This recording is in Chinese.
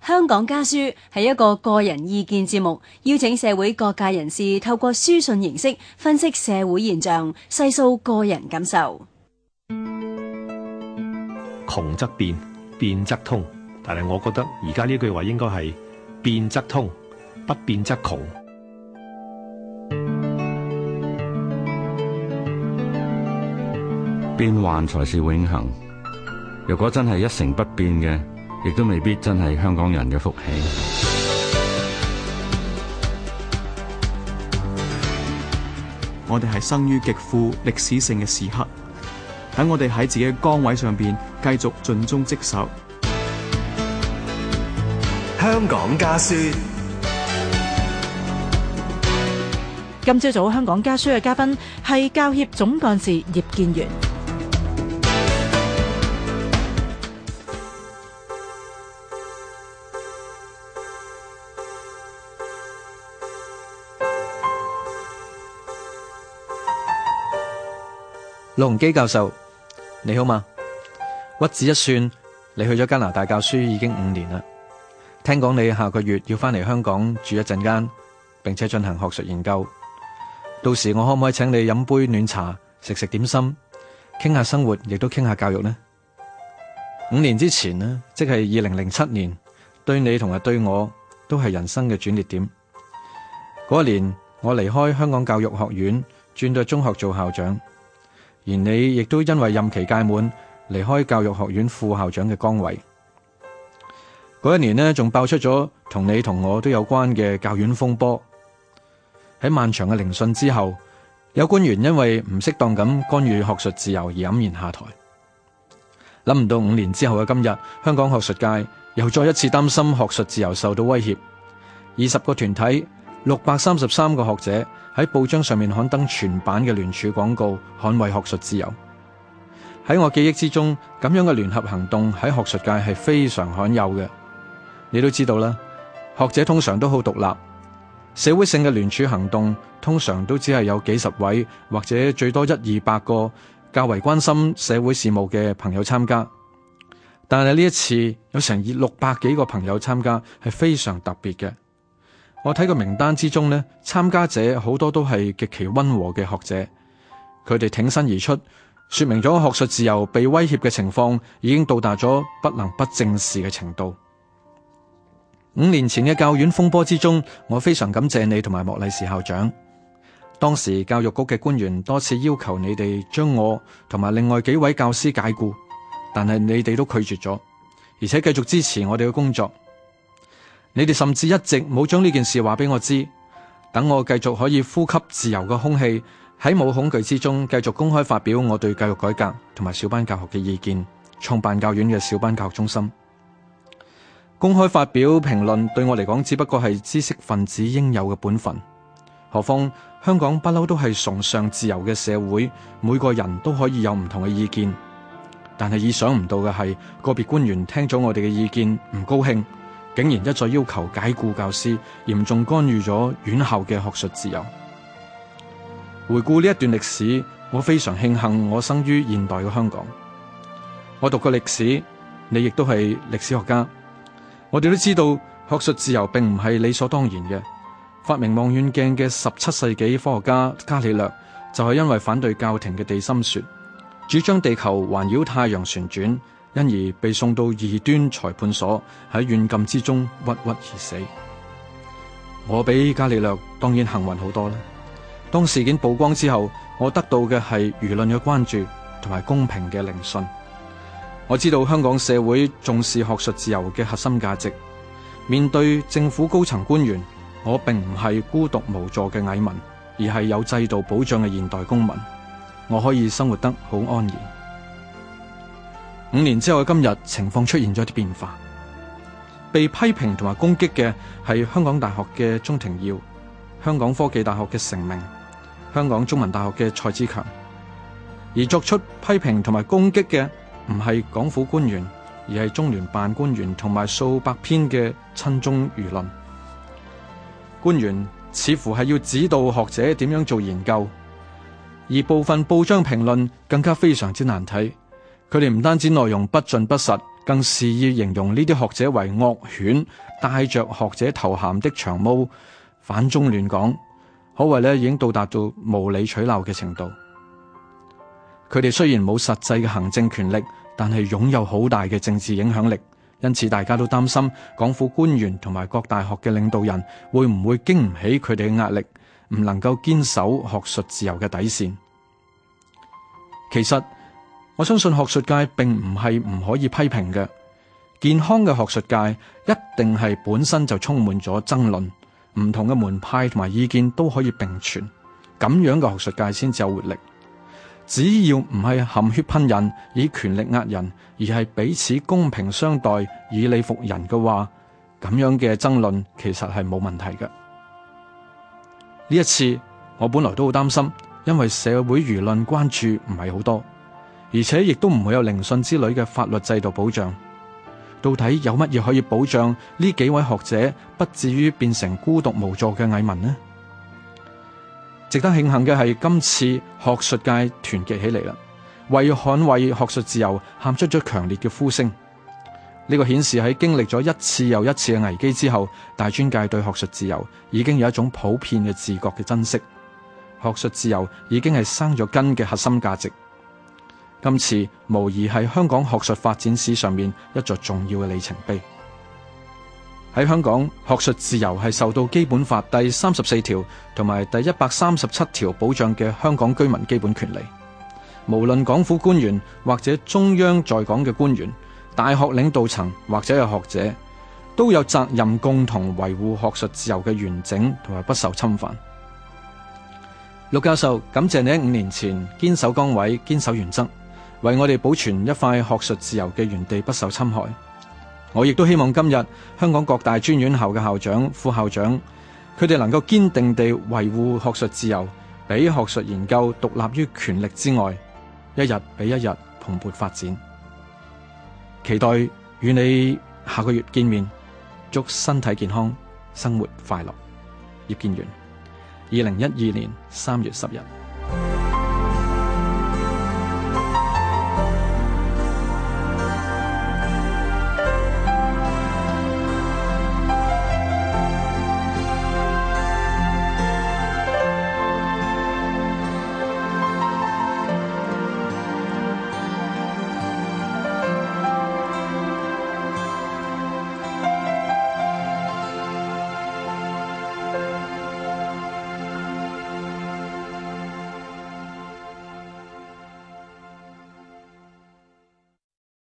香港家書係一個個人意見節目，邀請社會各界人士透過書信形式分析社會現象，細數個人感受。 窮則變，變則通，但係我覺得而家呢句話應該係變則通，不變則窮。 變幻才是永恆。如果真係一成不變嘅，亦都未必真係香港人嘅福氣。 我哋係生於極富歷史性嘅時刻，等我哋喺自己嘅崗位上邊繼續盡忠職守。 香港家書。 今朝早香港家書嘅嘉賓係教協總幹事葉建源。 陸鴻基教授，你好嗎？屈指一算，你去咗加拿大教書已經5年啦。聽講你下個月要翻嚟香港住一陣間，並且進行學術研究。到時我可唔可以請你飲杯暖茶，食食點心，傾下生活，亦都傾下教育呢？5年之前呢，即係2007年，對你同埋對我都係人生嘅轉捩點。嗰年我離開香港教育學院，轉到中學做校長。而你亦都因為任期屆滿，離開教育學院副校長嘅崗位。嗰一年呢，仲爆出咗同你同我都有關嘅教院風波。喺漫長嘅聆訊之後，有官員因為唔適當咁干預學術自由而黯然下台。諗唔到5年之後嘅今日，香港學術界又再一次擔心學術自由受到威脅。20個團體，633個學者喺報章上面刊登全版嘅聯署廣告，捍衛學術自由。喺我記憶之中，咁樣嘅聯合行動喺學術界係非常罕有嘅。你都知道啦，學者通常都好獨立，社會性嘅聯署行動通常都只係有幾十位或者最多100-200個較為關心社會事務嘅朋友參加。但係呢一次有成600幾個朋友參加，係非常特別嘅。我睇個名單之中呢，參加者好多都係極其溫和嘅學者，佢哋挺身而出，說明咗學術自由被威脅嘅情況已經到達咗不能不正視嘅程度。5年前嘅教院風波之中，我非常感謝你同埋莫麗士校長。當時教育局嘅官員多次要求你哋將我同埋另外幾位教師解僱，但係你哋都拒絕咗，而且繼續支持我哋嘅工作。你哋甚至一直冇將呢件事話俾我知，等我繼續可以呼吸自由嘅空氣，喺冇恐懼之中繼續公開發表我對教育改革同埋小班教學嘅意見，創辦教院嘅小班教學中心。公開發表評論對我嚟講只不過係知識分子應有嘅本分，何況香港不嬲都係崇尚自由嘅社會，每個人都可以有唔同嘅意見。但係意想唔到嘅係，個別官員聽咗我哋嘅意見唔高興，竟然一再要求解僱教師，嚴重干預咗院校嘅學術自由。回顧呢一段歷史，我非常慶幸我生於現代嘅香港。我讀過歷史，你亦都係歷史學家。我哋都知道學術自由並唔係理所當然嘅。發明望遠鏡嘅17世紀科學家伽利略就係因為反對教廷嘅地心說，主張地球環繞太陽旋轉，因而被送到異端裁判所，喺軟禁之中鬱鬱而死。我比伽利略當然幸運好多啦。當事件曝光之後，我得到嘅係輿論嘅關注同埋公平嘅聆訊。我知道香港社會重視學術自由嘅核心價值。面對政府高層官員，我並唔係孤獨無助嘅蟻民，而係有制度保障嘅現代公民。我可以生活得好安然。5年之後嘅今日，情況出現咗啲變化。被批評同埋攻擊嘅係香港大學嘅鍾庭耀、香港科技大學嘅成明、香港中文大學嘅蔡子強，而作出批評同埋攻擊嘅唔係港府官員，而係中聯辦官員同埋數百篇嘅親中輿論。官員似乎係要指導學者點樣做研究，而部分報章評論更加非常之難睇。佢哋唔單止內容不盡不實， 更肆意形容呢啲學者為惡犬，帶着學者頭銜的長毛，反中亂港，可謂已經到達到無理取鬧嘅程度。佢哋雖然冇實際嘅行政權力，但係擁有好大嘅政治影響力，因此大家都擔心港府官員同埋各大學嘅領導人會唔會經唔起佢哋嘅壓力，唔能夠堅守學術自由嘅底線。其實我相信學術界並唔係唔可以批評嘅，健康嘅學術界一定係本身就充滿咗爭論，唔同嘅門派同埋意見都可以並存，咁樣嘅學術界先至有活力。只要唔係含血噴人，以權力壓人，而係彼此公平相待，以理服人嘅話，咁樣嘅爭論其實係冇問題嘅。呢一次我本來都好擔心，因為社會輿論關注唔係好多，而且亦都唔會有聆訊之類嘅法律制度保障。到底有乜嘢可以保障呢幾位學者不至於變成孤獨無助嘅蟻民呢？值得慶幸嘅係，今次學術界團結起嚟啦，為捍衛學術自由喊出咗強烈嘅呼聲。呢個顯示喺經歷咗一次又一次嘅危機之後，大專界對學術自由已經有一種普遍嘅自覺嘅珍惜。學術自由已經係生咗根嘅核心價值。今次無疑係香港學術發展史上面一座重要嘅里程碑。喺香港，學術自由係受到基本法第34條同埋第137條保障嘅香港居民基本權利。無論港府官員或者中央在港嘅官員、大學領導層或者係學者，都有責任共同維護學術自由嘅完整同埋不受侵犯。陸教授，感謝你喺5年前堅守崗位、堅守原則，為我哋保存一塊學術自由嘅原地不受侵害。我亦都希望今日香港各大專院校嘅校長、副校長，佢哋能夠堅定地維護學術自由，俾學術研究獨立於權力之外，一日比一日蓬勃發展。期待與你下個月見面，祝身體健康，生活快樂。葉建源，2012年3月10日。